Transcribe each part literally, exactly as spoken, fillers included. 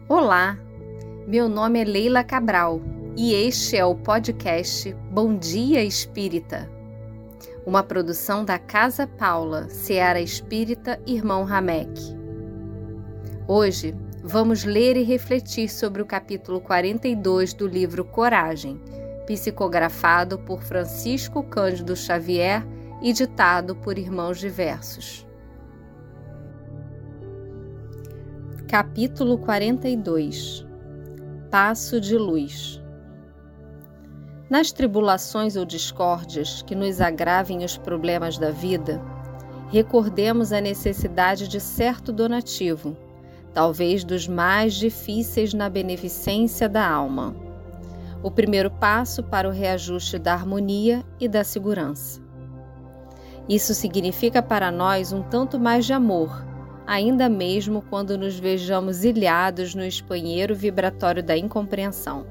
Olá, meu nome é Leila Cabral e este é o podcast Bom Dia Espírita, uma produção da Casa Paula, Seara Espírita Irmão Ramek. Hoje vamos ler e refletir sobre o capítulo quarenta e dois do livro Coragem, psicografado por Francisco Cândido Xavier e ditado por irmãos diversos. Capítulo quarenta e dois. Passo de luz. Nas tribulações ou discórdias que nos agravem os problemas da vida, recordemos a necessidade de certo donativo, talvez dos mais difíceis na beneficência da alma. O primeiro passo para o reajuste da harmonia e da segurança. Isso significa para nós um tanto mais de amor, ainda mesmo quando nos vejamos ilhados no espanheiro vibratório da incompreensão.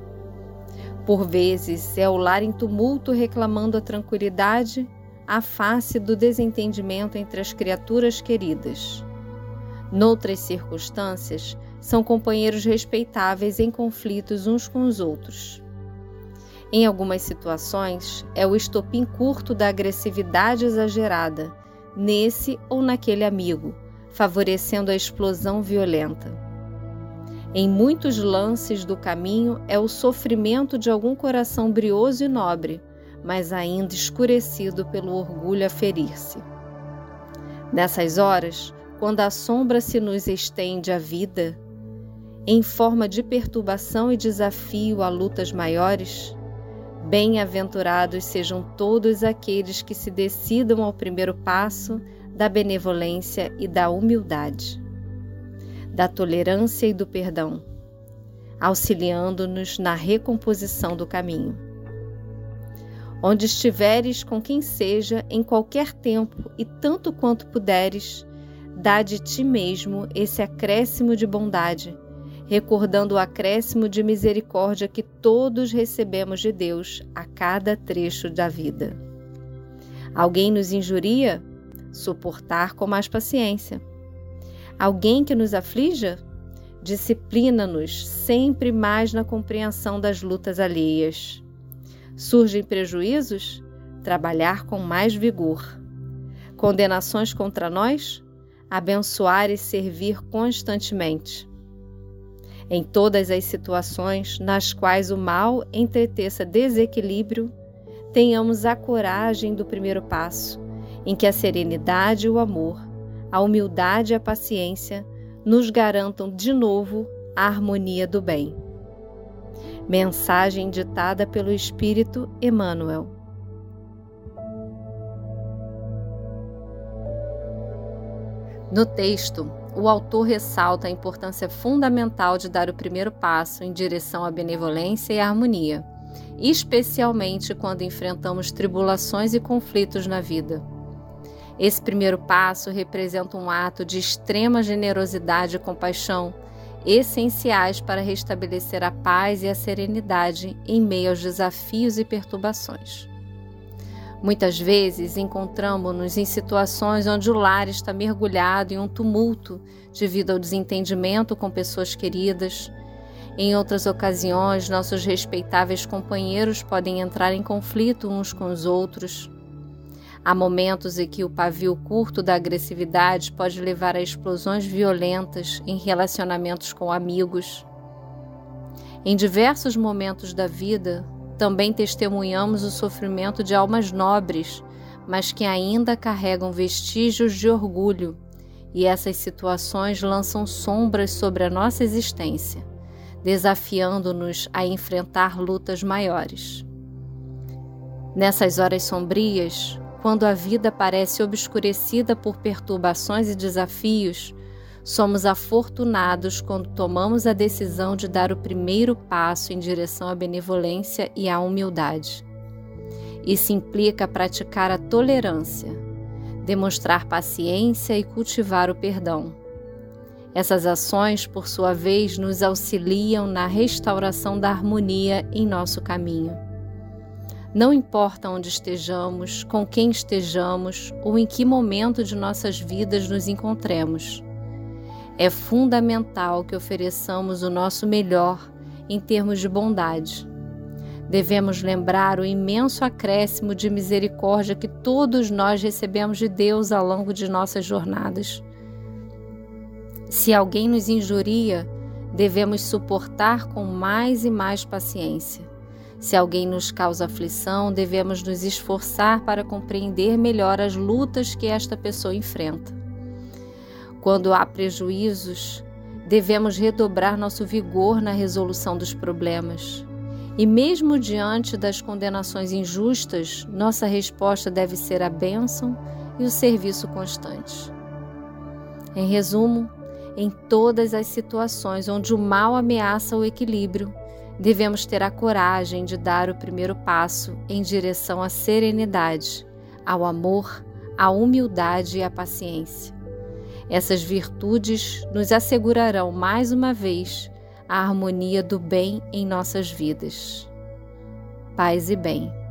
Por vezes é o lar em tumulto reclamando a tranquilidade, a face do desentendimento entre as criaturas queridas. Noutras circunstâncias, são companheiros respeitáveis em conflitos uns com os outros. Em algumas situações, é o estopim curto da agressividade exagerada, nesse ou naquele amigo, favorecendo a explosão violenta. Em muitos lances do caminho é o sofrimento de algum coração brioso e nobre, mas ainda escurecido pelo orgulho a ferir-se. Nessas horas, quando a sombra se nos estende à vida, em forma de perturbação e desafio a lutas maiores, bem-aventurados sejam todos aqueles que se decidam ao primeiro passo da benevolência e da humildade, da tolerância e do perdão, auxiliando-nos na recomposição do caminho. Onde estiveres com quem seja, em qualquer tempo e tanto quanto puderes, dá de ti mesmo esse acréscimo de bondade, recordando o acréscimo de misericórdia que todos recebemos de Deus a cada trecho da vida. Alguém nos injuria? Suportar com mais paciência. Alguém que nos aflija? Disciplina-nos sempre mais na compreensão das lutas alheias. Surgem prejuízos? Trabalhar com mais vigor. Condenações contra nós? Abençoar e servir constantemente. Em todas as situações nas quais o mal entreteça desequilíbrio, tenhamos a coragem do primeiro passo, em que a serenidade e o amor, a humildade e a paciência nos garantam de novo a harmonia do bem. Mensagem ditada pelo Espírito Emmanuel. No texto, o autor ressalta a importância fundamental de dar o primeiro passo em direção à benevolência e à harmonia, especialmente quando enfrentamos tribulações e conflitos na vida. Esse primeiro passo representa um ato de extrema generosidade e compaixão, essenciais para restabelecer a paz e a serenidade em meio aos desafios e perturbações. Muitas vezes encontramos-nos em situações onde o lar está mergulhado em um tumulto devido ao desentendimento com pessoas queridas. Em outras ocasiões, nossos respeitáveis companheiros podem entrar em conflito uns com os outros. Há momentos em que o pavio curto da agressividade pode levar a explosões violentas em relacionamentos com amigos. Em diversos momentos da vida, também testemunhamos o sofrimento de almas nobres, mas que ainda carregam vestígios de orgulho, e essas situações lançam sombras sobre a nossa existência, desafiando-nos a enfrentar lutas maiores. Nessas horas sombrias, quando a vida parece obscurecida por perturbações e desafios, somos afortunados quando tomamos a decisão de dar o primeiro passo em direção à benevolência e à humildade. Isso implica praticar a tolerância, demonstrar paciência e cultivar o perdão. Essas ações, por sua vez, nos auxiliam na restauração da harmonia em nosso caminho. Não importa onde estejamos, com quem estejamos ou em que momento de nossas vidas nos encontremos. É fundamental que ofereçamos o nosso melhor em termos de bondade. Devemos lembrar o imenso acréscimo de misericórdia que todos nós recebemos de Deus ao longo de nossas jornadas. Se alguém nos injuria, devemos suportar com mais e mais paciência. Se alguém nos causa aflição, devemos nos esforçar para compreender melhor as lutas que esta pessoa enfrenta. Quando há prejuízos, devemos redobrar nosso vigor na resolução dos problemas. E mesmo diante das condenações injustas, nossa resposta deve ser a bênção e o serviço constante. Em resumo, em todas as situações onde o mal ameaça o equilíbrio, devemos ter a coragem de dar o primeiro passo em direção à serenidade, ao amor, à humildade e à paciência. Essas virtudes nos assegurarão mais uma vez a harmonia do bem em nossas vidas. Paz e bem.